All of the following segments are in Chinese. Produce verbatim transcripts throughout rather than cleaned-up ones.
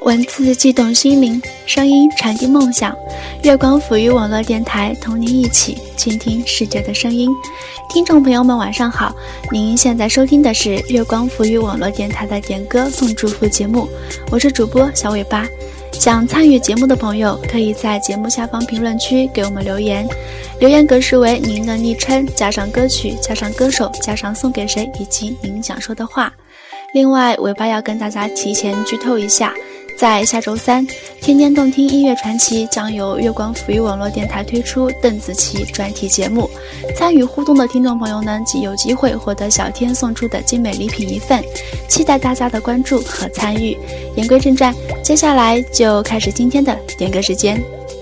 文字激动心灵，声音传递梦想。月光抚育网络电台，同您一起倾听世界的声音。听众朋友们晚上好，您现在收听的是月光抚育网络电台的点歌送祝福节目，我是主播小尾巴。想参与节目的朋友，可以在节目下方评论区给我们留言，留言格式为您的昵称加上歌曲加上歌手加上送给谁以及您想说的话。另外，尾巴要跟大家提前剧透一下，在下周三，天天动听音乐传奇将由月光抚育网络电台推出邓紫棋专题节目，参与互动的听众朋友呢，即有机会获得小天送出的精美礼品一份，期待大家的关注和参与。言归正传，接下来就开始今天的点歌时间。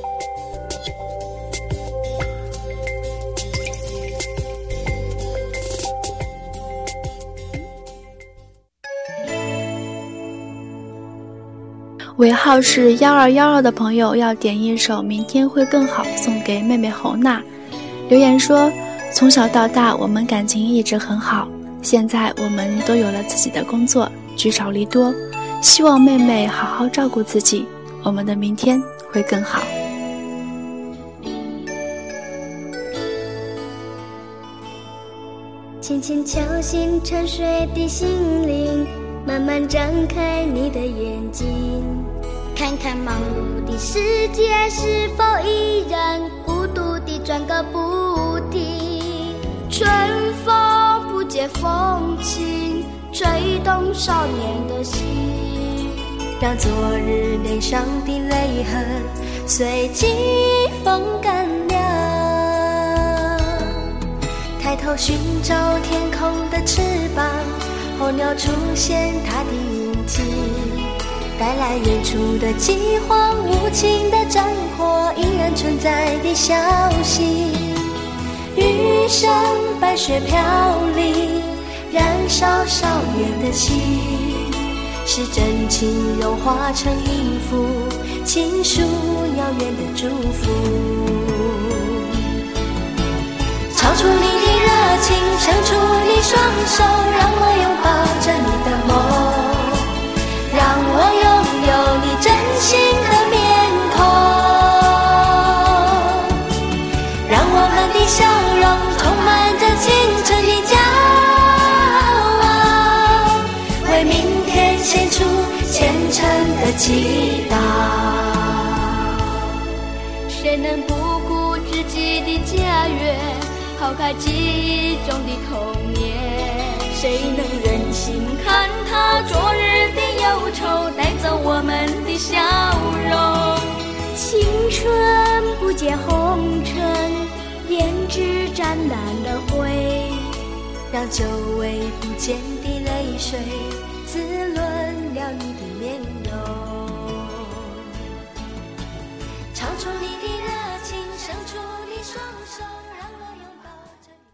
尾号是幺二幺二的朋友要点一首《明天会更好》送给妹妹侯娜。留言说，从小到大我们感情一直很好，现在我们都有了自己的工作，聚少离多，希望妹妹好好照顾自己，我们的明天会更好。 轻轻敲醒沉睡的心灵，慢慢张开你的眼睛，看看忙碌的世界是否依然孤独地转个不停。春风不解风情，吹动少年的心，让昨日脸上的泪痕随季风干了。抬头寻找天空的翅膀，候鸟出现它的影迹，带来远处的饥荒，无情的战火依然存在的消息。余生白雪飘零，燃烧少年的心，是真情融化成音符，倾诉遥远的祝福。超出你的热情，伸出你双手，让我拥抱着你的梦，让我拥有你真心的面孔，让我们的笑容充满着青春的骄傲，为明天献出虔诚的祈祷。谁能不顾自己的家园，抛开记忆中的童年？谁能忍心看他昨日的忧愁带走我们的笑容？青春不解红尘，胭脂沾染了灰，让久违不见的泪水滋润了你的面容。唱出你的热情，伸出你双手，让我拥抱着你。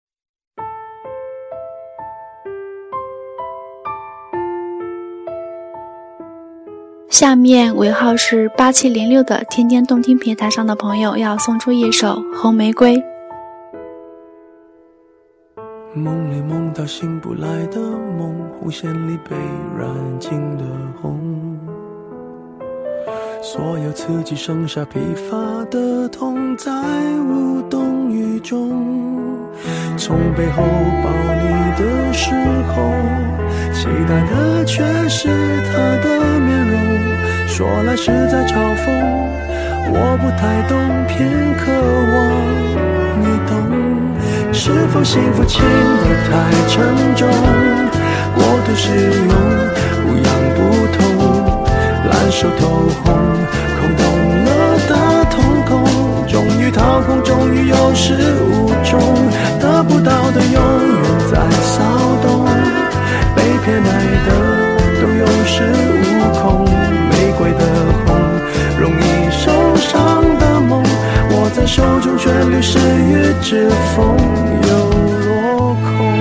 下面尾号是八七零六的天天动听平台上的朋友要送出一首《红玫瑰》。 梦里梦到醒不来的梦，红线里被染尽的红，所有刺激剩下疲乏的痛，在无动于衷。从背后抱你的时候，期待的却是他的面容，说来是在嘲讽，我不太懂，偏渴望你懂。是否幸福轻得太沉重，过度使用不痒不痛，烂熟透红，空洞了的瞳孔，终于掏空，终于有始无终，得不到的永远在骚动，被偏爱的都有恃无恐，玫瑰的红，容易受伤的梦，握在手中却流失于指缝，又落空。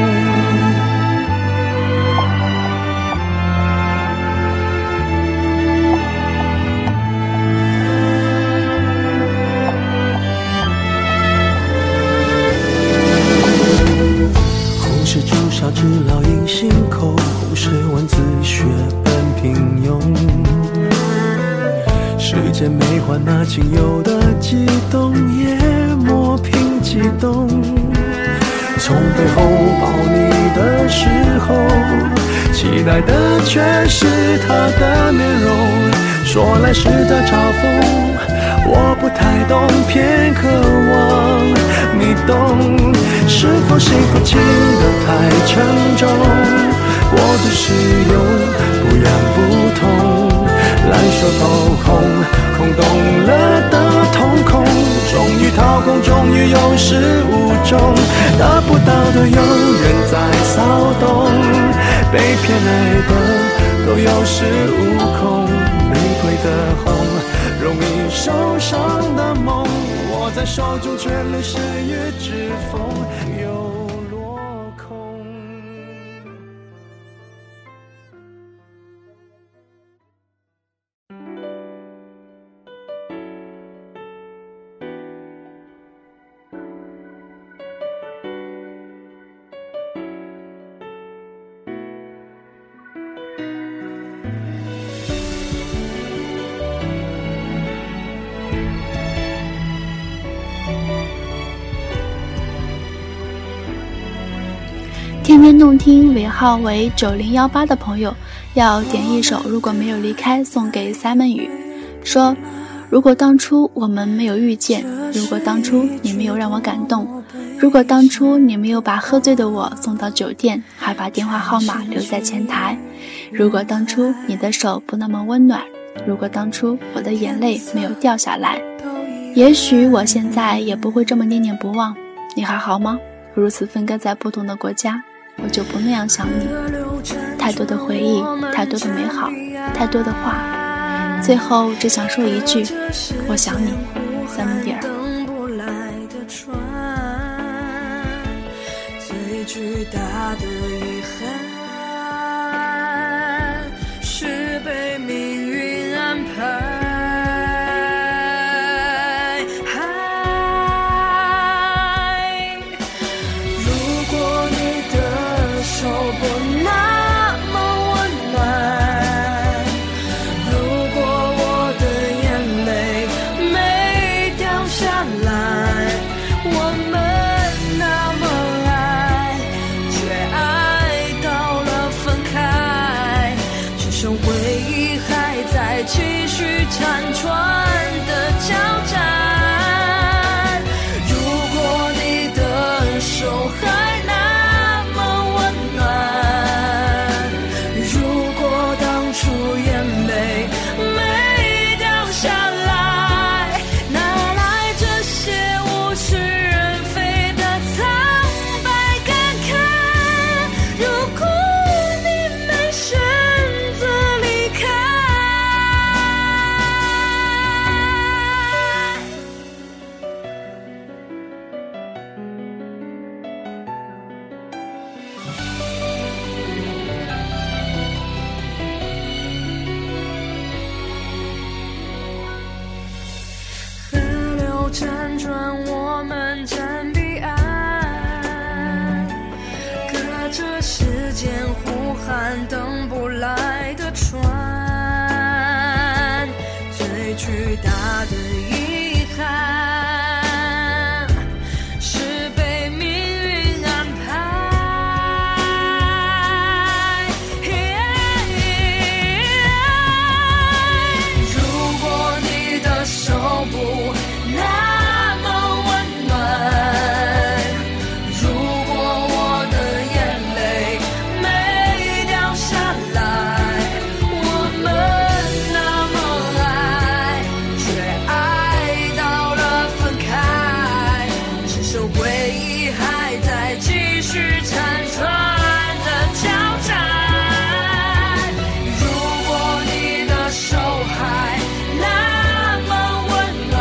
红是朱砂痣烙印心口，红是文字血本平庸， 时间没换那仅有的激动，也磨平激动。从背后抱你的时候，期待的却是他的面容。说来是在嘲讽，我不太懂，偏渴望你懂。是否幸福轻得太沉重，过度使用不痒不痛，烂熟透红，空洞了的瞳孔，终于掏空，终于有始无终，得不到的永远在骚动，被偏爱的都有恃无恐，玫瑰的红，容易受伤的梦，握在手中却流失于指缝，又落空。 天边动听尾号为九零一八的朋友要点一首如果没有离开送给 Simon 雨，说如果当初我们没有遇见，如果当初你没有让我感动，如果当初你没有把喝醉的我送到酒店，还把电话号码留在前台，如果当初你的手不那么温暖，如果当初我的眼泪没有掉下来，也许我现在也不会这么念念不忘。你还好吗？如此分割在不同的国家，我就不那样想你。太多的回忆，太多的美好，太多的话，最后只想说一句，我想你，三文点儿。 最巨大的遗憾是被命运安排。继续辗转的交战，如果你的手还那么温暖，如果当初眼泪没掉下来，哪来这些物是人非的苍白感慨？如果你没选择离开，辗转我们站彼岸，隔着时间呼喊等不来的船，最巨大的遗憾是被命运安排。如果你的手不那么温暖，如果我的眼泪没掉下来，我们那么爱，却爱到了分开，只剩回忆还在继续辗转的交战。如果你的手还那么温暖，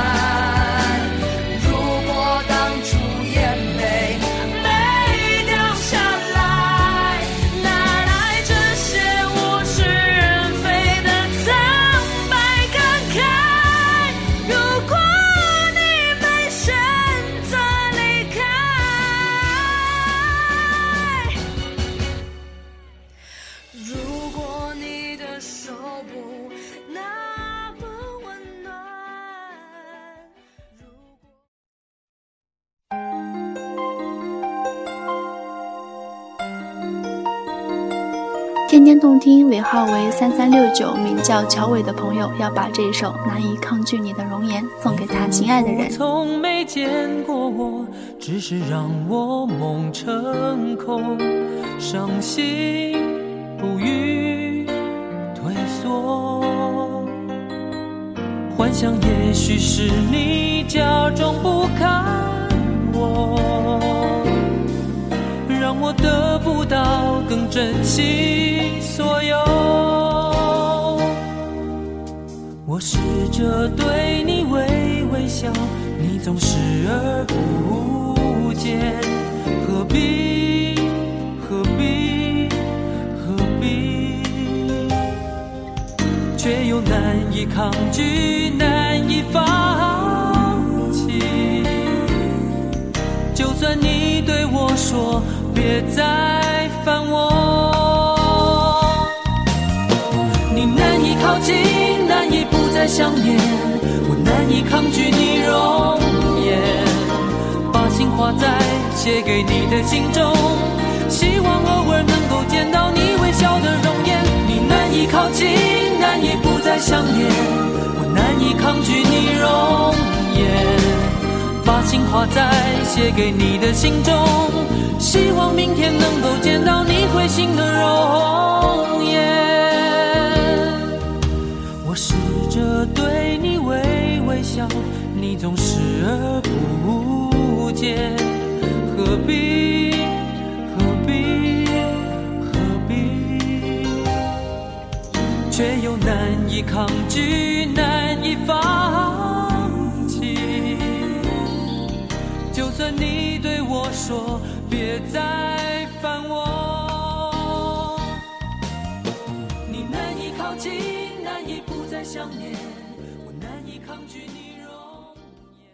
如果当初眼泪没掉下来，哪来这些物是人非的苍白感慨？如果你没选择离开，如果你的手不那么温天天动听尾号为三三六九，名叫乔伟的朋友要把这一首难以抗拒你的容颜送给他心爱的人。 从没见过我，只是让我梦成空，伤心不语退缩，幻想也许是你假装不看我，让我得不到更珍惜所有。我试着对你微微笑，你总视而不见，何必何必何必，却又难以抗拒，难以放弃。就算你对我说别再烦我，你难以靠近，难以不再想念，我难以抗拒你容颜，把心画在写给你的信中，希望偶尔能够见到你微笑的容颜。你难以靠近，难以不再想念，我难以抗拒你容颜，把心画在写给你的信中，希望明天能够见到你会心的容颜。我试着对你微微笑，你总视而不见，何必何必何必，却又难以抗拒，难以放弃。就算你对我说别再烦我，你难以靠近，难以不再想念，我难以抗拒你容颜。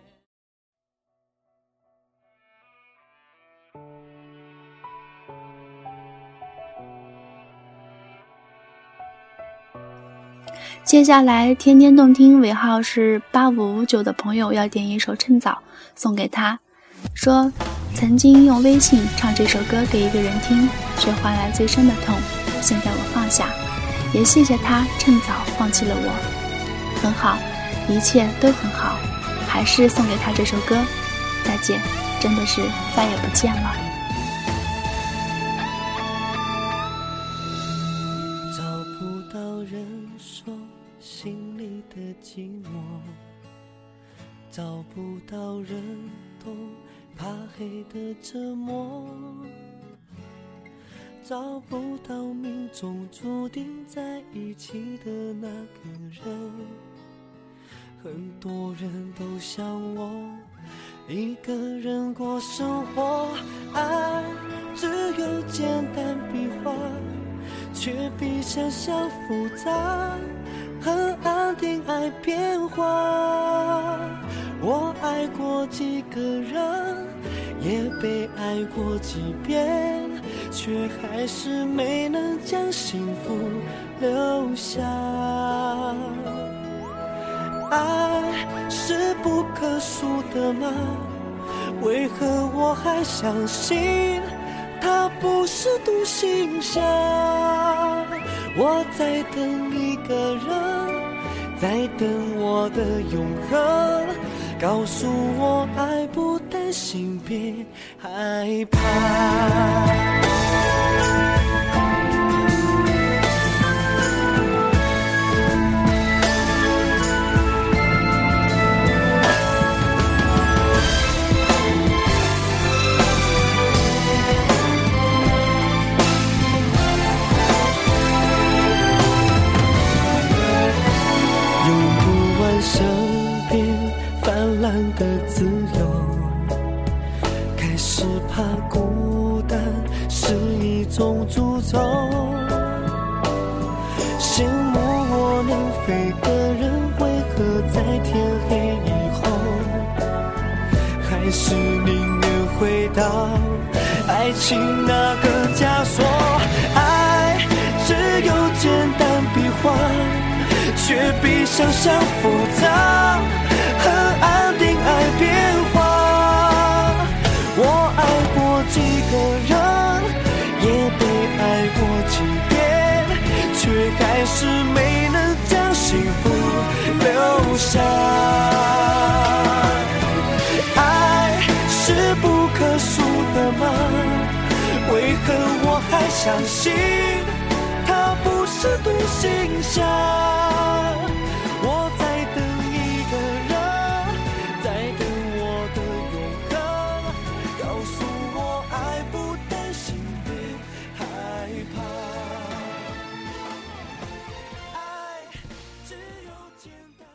接下来天天动听尾号是八五五九的朋友要点一首趁早送给他，说曾经用微信唱这首歌给一个人听，却换来最深的痛，现在我放下，也谢谢他趁早放弃了我。很好，一切都很好，还是送给他这首歌，再见，真的是再也不见了。 找不到人说心里的寂寞，找不到人懂怕黑的折磨，找不到命中注定在一起的那个人。很多人都像我一个人过生活，爱只有简单笔画，却比想象复杂，很安定爱变化。我爱过几个人，也被爱过几遍，却还是没能将幸福留下。爱是不可数的吗？为何我还相信它不是独行侠？我在等一个人，在等我的永恒，告诉我爱不担心，别害怕。的自由，开始怕孤单是一种诅咒，羡慕我能飞的人为何在天黑以后还是宁愿回到爱情那个枷锁。爱只有简单笔画，却比想象复杂，很安定爱变化。我爱过几个人，也被爱过几遍， 相信它不是独行侠。我在等一个人，在等我的永恒，告诉我爱不担心别害怕，爱只有简单。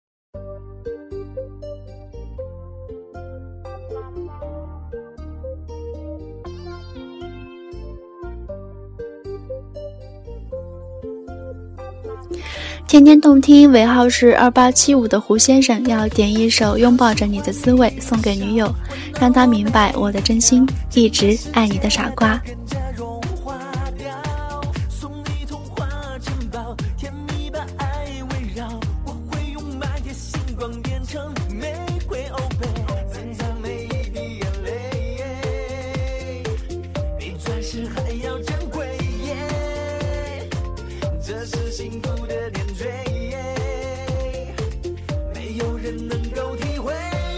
天天动听尾号是二八七五的胡先生要点一首《拥抱着你的滋味》送给女友，让她明白我的真心，一直爱你的傻瓜。 这是幸福的点缀，没有人能够体会。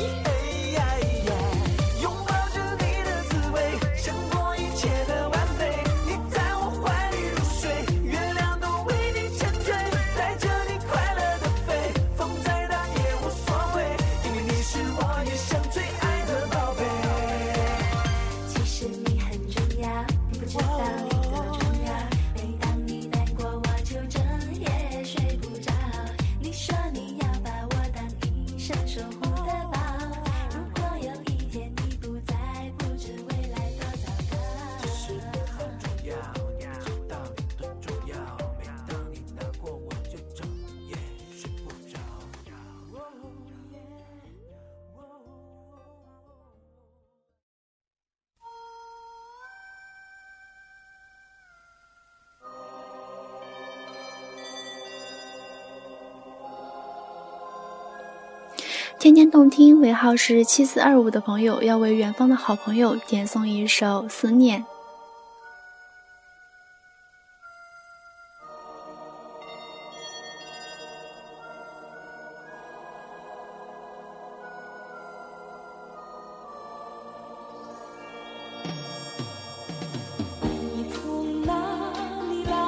拥抱着你的滋味，胜过一切的完美。你在我怀里入睡，月亮都为你沉醉，带着你快乐的飞，风再大也无所谓，因为你是我一生最爱的宝贝。 其实你很重要，你不知道你多重要。每当你难过，我就整夜睡不着。你说你要把我当一生守护的宝，如果有一天你不在，不知未来多糟糕。 其实你很重要，你不知道你多重要。每当你难过，我就整夜睡不着。 天天动听尾号是七四二五的朋友要为远方的好朋友点送一首《思念》。 你从哪里来，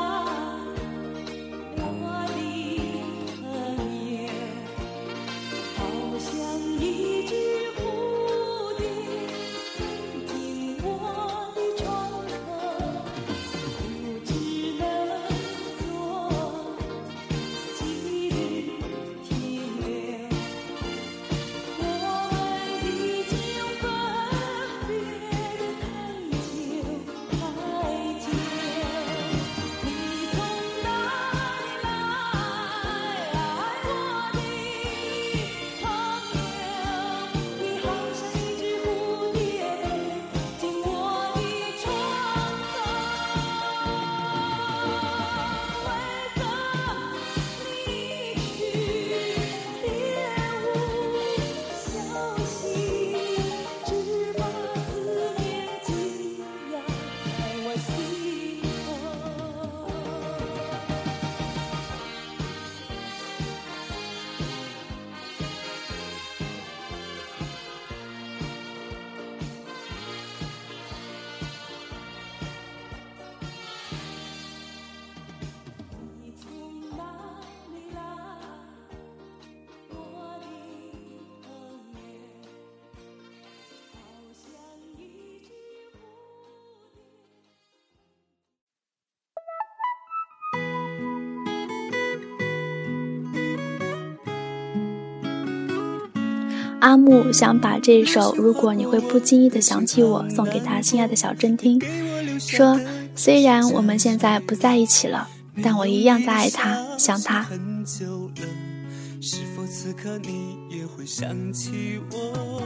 我的朋友，好像一只蝴蝶飞进我的窗口，不知能做几日停留。我们已经分别得太久太久，你从哪里来，我的朋友？你好像一只蝴蝶飞进我的窗口，为何你去别无消息，只把思念紧压在我心头。你从哪里来，我的朋友？好像一只蝴蝶。 阿木想把这首《如果你会不经意的想起我》送给他心爱的小珍听，说虽然我们现在不在一起了，但我一样在爱他，想他。 很久了，是否此刻你也会想起我？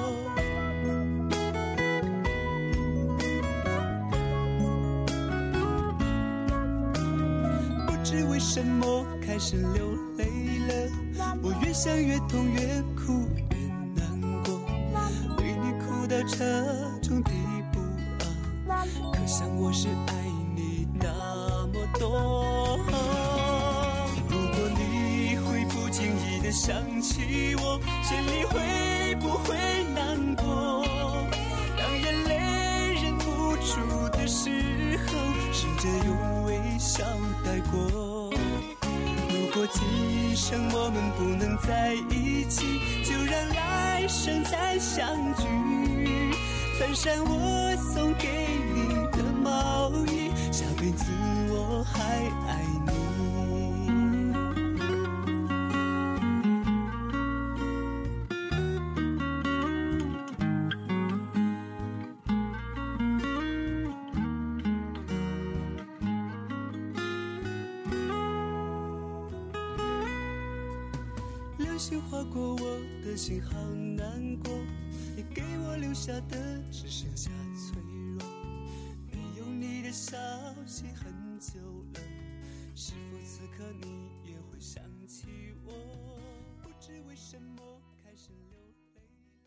不知为什么开始流泪了，我越想越痛，越哭越难过，对你哭到这种地步啊，可想我是爱你那么多。如果你会不经意的想起我，心里会不会难过？让眼泪忍不住触的时候，试着用微笑带过。如果今生我们不能在一起，就让来生再相聚。穿上我送给你的毛衣，下辈子我还爱你。流星划过我的心，好难过。你给我留下的只剩下脆弱。没有你的消息很久了，是否此刻你也会想起我？不知为什么开始流泪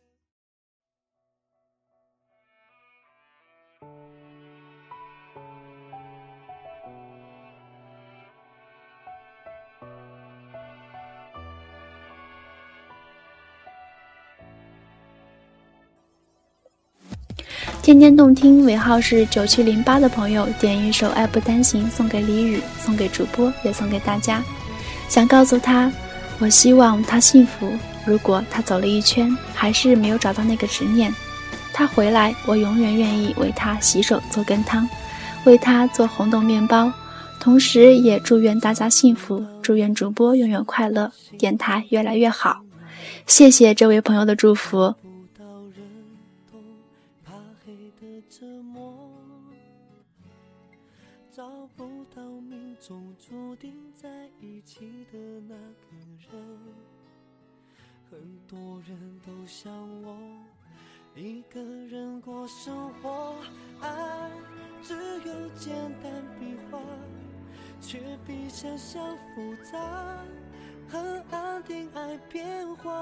天天动听尾号是九七零八的朋友点一首爱不单行送给李宇，送给主播，也送给大家。想告诉他，我希望他幸福。如果他走了一圈还是没有找到那个执念，他回来，我永远愿意为他洗手做羹汤，为他做红豆面包。同时也祝愿大家幸福，祝愿主播永远快乐，电台越来越好。谢谢这位朋友的祝福。 找不到命中注定在一起的那个人，很多人都像我一个人过生活，爱只有简单笔画，却比想象复杂，很安定爱变化。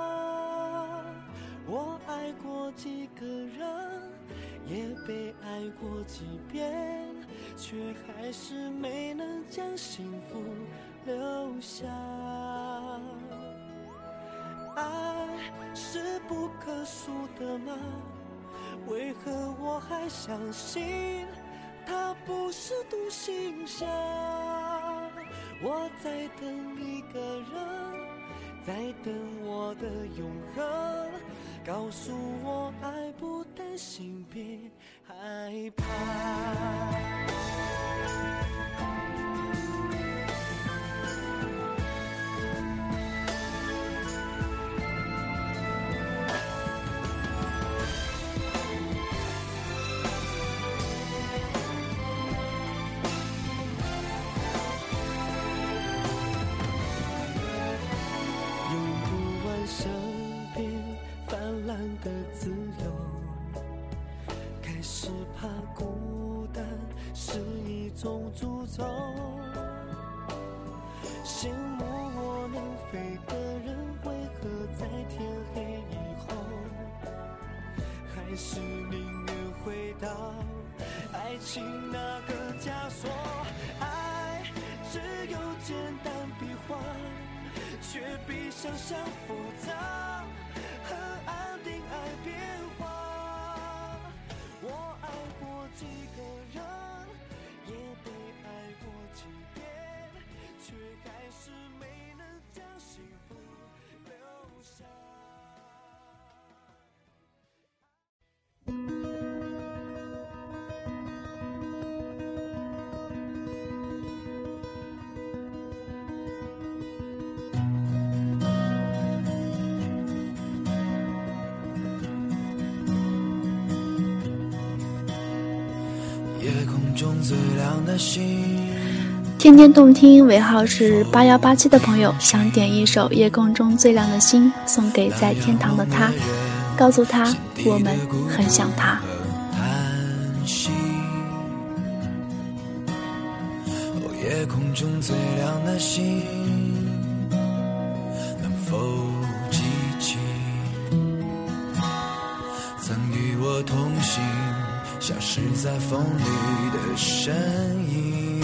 我爱过几个人，也被爱过几遍，却还是没能将幸福留下。爱是不可数的吗？为何我还相信它不是独行侠？我在等一个人，在等我的永恒，告诉我爱不担心，别害怕。的自由，开始怕孤单是一种诅咒，羡慕我能飞的人为何在天黑以后还是宁愿回到爱情那个枷锁。爱只有简单笔画，却比想象复杂，很安定爱变化。我爱过几个人，也被爱过几遍，却还是没能将幸福留下。 夜空中最亮的星， 天天动听尾号是八幺八七的朋友想点一首夜空中最亮的星送给在天堂的他，告诉他我们很想他。 哦，夜空中最亮的星能否记起曾与我同行消失在风里的身影。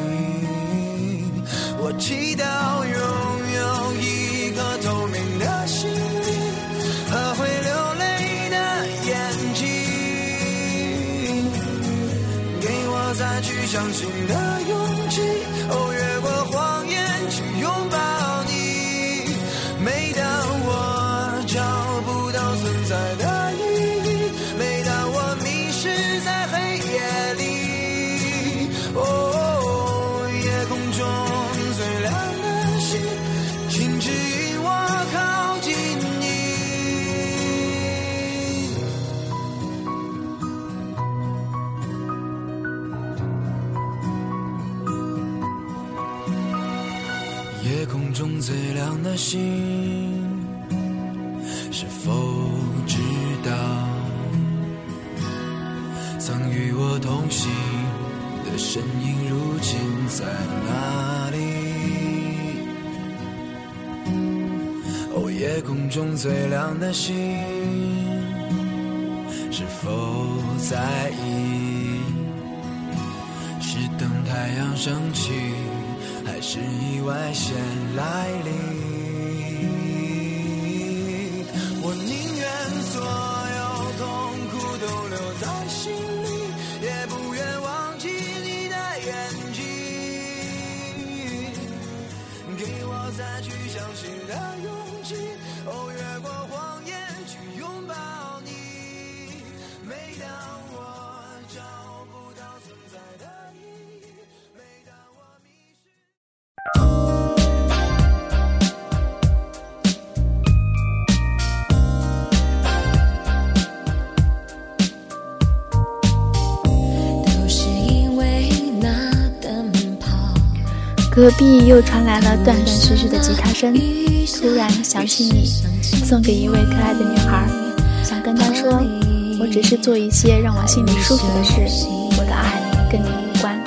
我祈祷拥有一颗透明的心灵和会流泪的眼睛， 中最亮的星，请指引我靠近你。夜空中最亮的星，是否知道曾与我同行的身影如今在哪里？哦，夜空中最亮的星，是否在意？是等太阳升起，还是意外先来临？我宁愿所有痛苦都留在心里，也不愿忘记你的眼睛，给我再去相信的勇气。哦，越过谎言去拥抱你，每当我找不到存在的意义，每当我迷失。 隔壁又传来了断断续续的吉他声，突然想起你，送给一位可爱的女孩，想跟她说，我只是做一些让我心里舒服的事，我的爱跟你无关。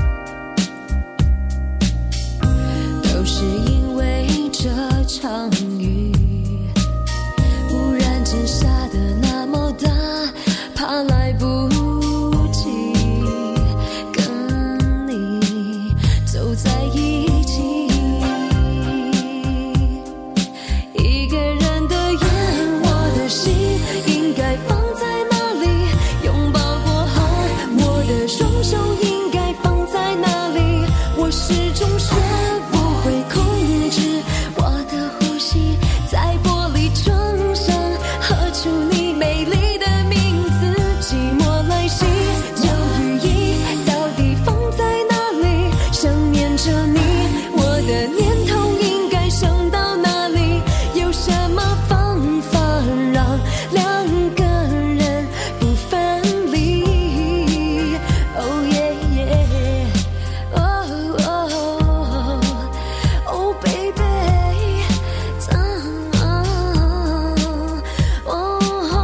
都是因为这场雨忽然间下得那么大，怕来不及跟你走在一起，一个人的夜，我的心应该放在哪里？拥抱过后，我的双手应该放在哪里？我始终学不会控制我的呼吸，在玻璃窗上刻出你美丽的名字，寂寞来袭，旧雨衣到底放在哪里？想念着你，我的念头应该想到哪里？有什么方法让两个人不分离？ Oh yeah yeah Oh oh Oh baby Oh oh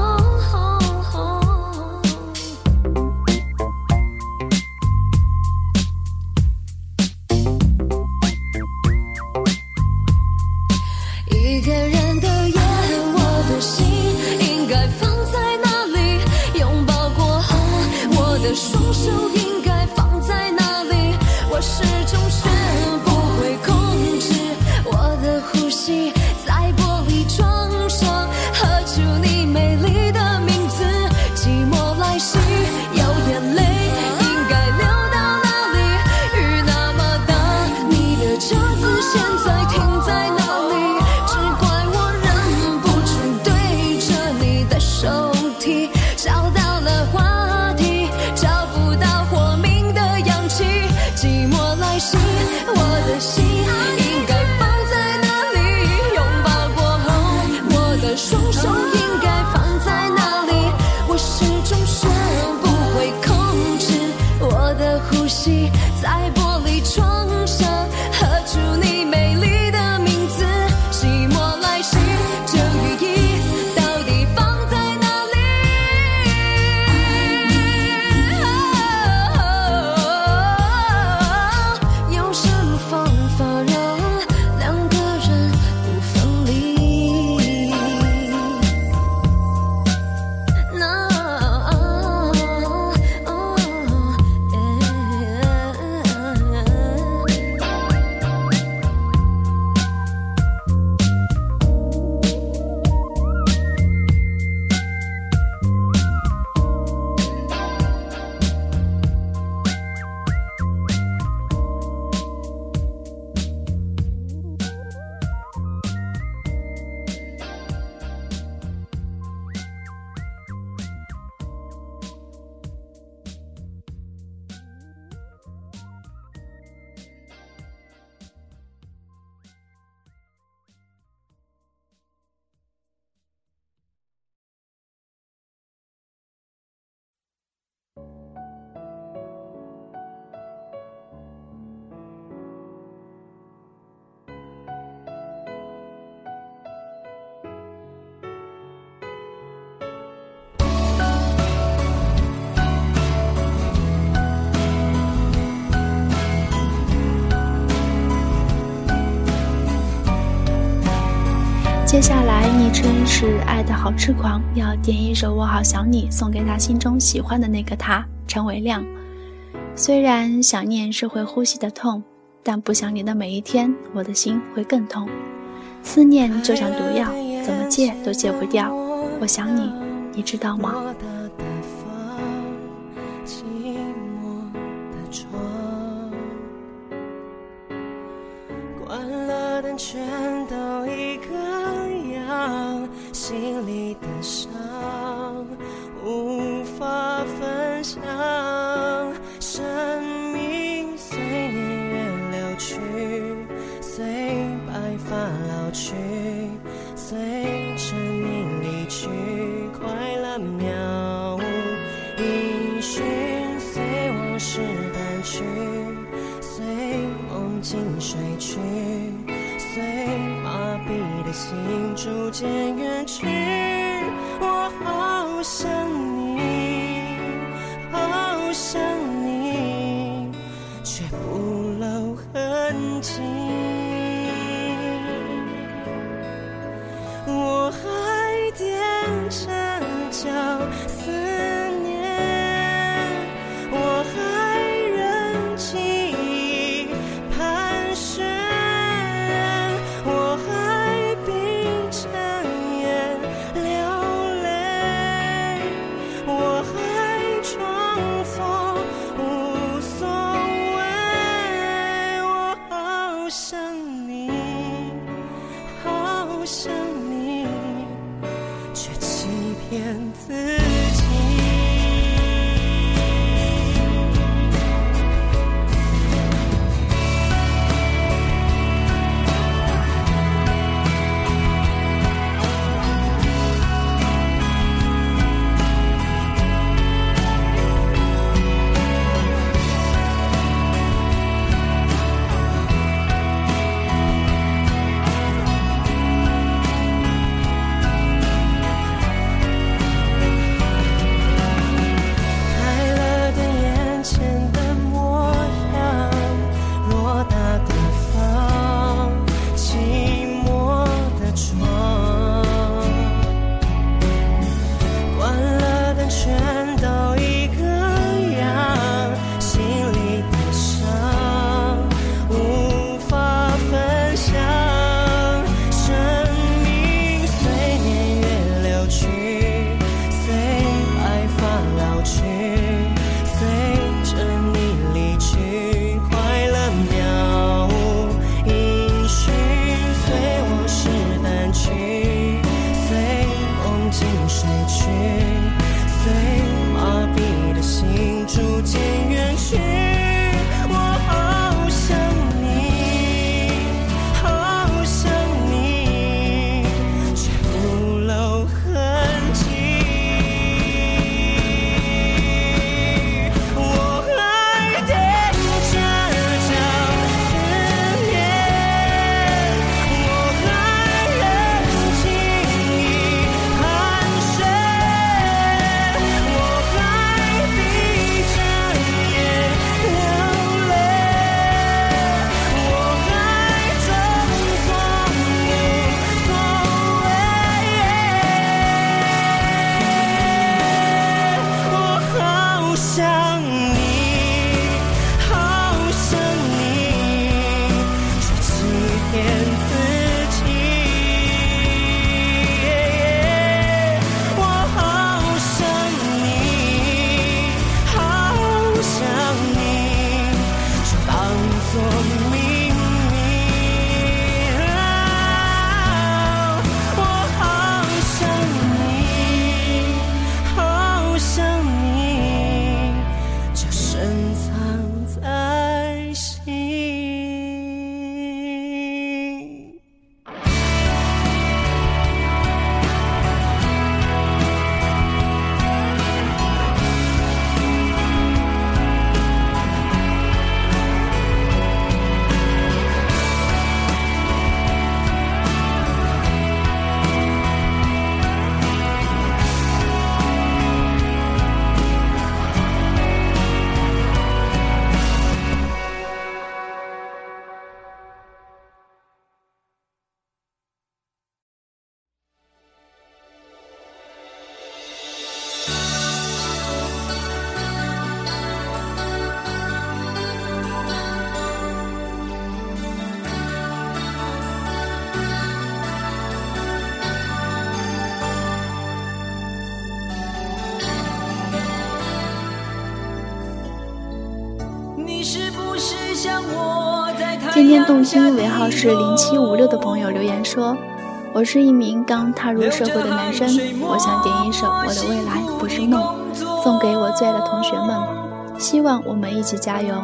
一个人的夜，我的心应该放在哪里？拥抱过后，我的双手应该放在哪里？我始终学不会控制我的呼吸，在玻璃窗上刻出你美丽的名字，寂寞来袭，有眼泪应该流到哪里？雨那么大，你的车子现在停在哪里？只怪我忍不住对着你的手提，找到了话题，找不到活命的氧气，寂寞来袭，我的心应该放在哪里？拥抱过后，我的双手应该放在哪里？我始终学不会控制我的呼吸，在玻璃窗上刻出你美丽的名字，寂寞来袭，这雨衣到底放在哪里？有什么方法接下来昵称是爱的好痴狂，要点一首我好想你送给他心中喜欢的那个他，陈维亮。虽然想念是会呼吸的痛，但不想你的每一天，我的心会更痛。思念就像毒药，怎么戒都戒不掉。我想你，你知道吗？ 关了灯全都一个样，心里的伤无法分享。生命随年月流去，随白发老去，随生命离去，快乐渺无音讯，随往事淡去，随梦境睡去，随麻痹的心逐渐远去。我好想你，好想你，却不露痕迹。我还踮着脚思念，我还忍记忆盘旋，我还闭着眼流泪，我还装作无所谓。我好想你，好想你，却欺骗自己。 天动听尾号是零七五六的朋友留言说，我是一名刚踏入社会的男生，我想点一首《我的未来不是梦》，送给我最爱的同学们，希望我们一起加油。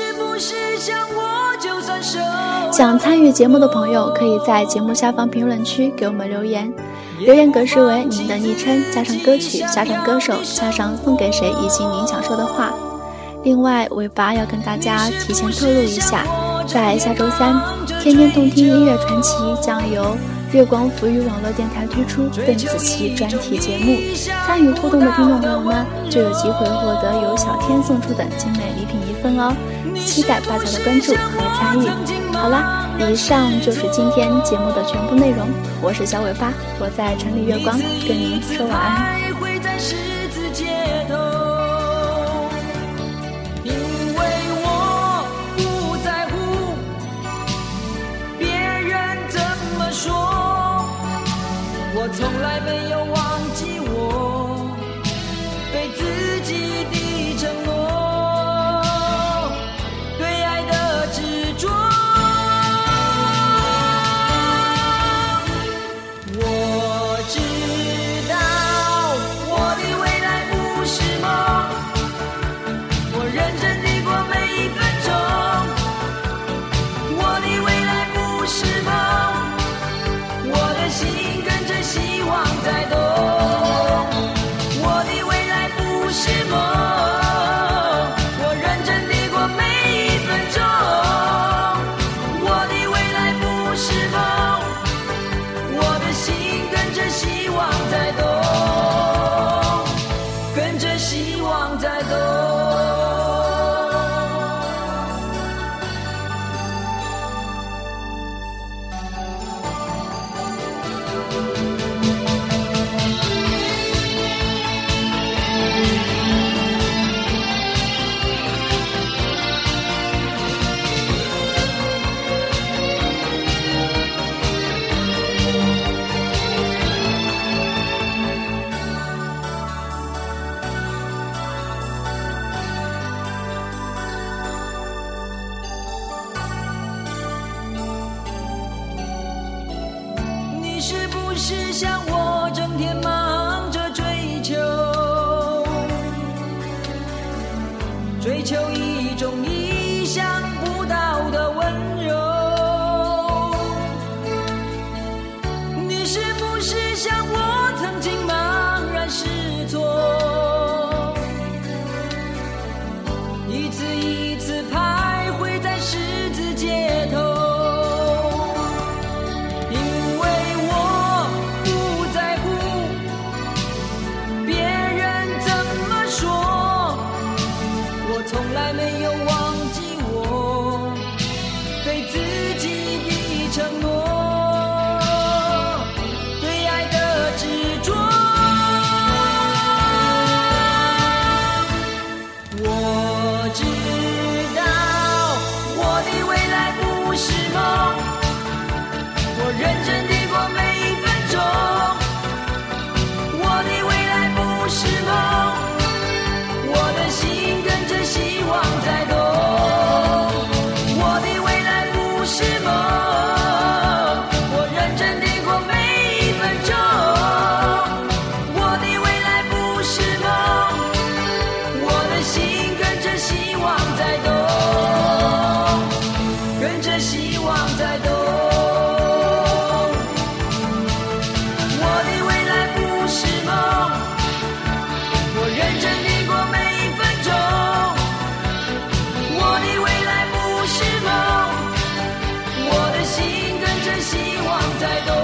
想参与节目的朋友可以在节目下方评论区给我们留言，留言格式为您的昵称加上歌曲加上歌手加上送给谁以及您想说的话。另外尾巴要跟大家提前透露一下，在下周三天天动听音乐传奇将由月光浮语网络电台推出邓紫棋专题节目，参与互动的听众朋友们就有机会获得由小天送出的精美礼品一份哦，期待大家的关注和参与。好啦，以上就是今天节目的全部内容，我是小尾巴，我在城里月光跟您说晚安。 我从来没有忘记我对自己的承诺，对爱的执着。我知道我的未来不是梦，我认真地过每一分钟。我的未来不是梦，我的心希望在动，我的未来不是梦，我认真地过每一分钟。我的未来不是梦，我的心跟着希望在动，跟着希望在动。你是不是像我整天忙着追求，追求一种意想不到的温柔？你是不是像我曾经茫然失措，一次一次徘徊在十字街头？从来没有忘记我对自己的承诺，对爱的执着。我知道我的未来不是梦，我认真地过每一分钟。我的未来不是梦，我的心跟着希望在动，我的未来不是梦，我认真地过每一分钟。我的未来不是梦，我的心跟着希望在动，跟着希望在动。我的未来不是梦，我认真地过每一分钟。我的未来不是梦，我的心跟着希望在动。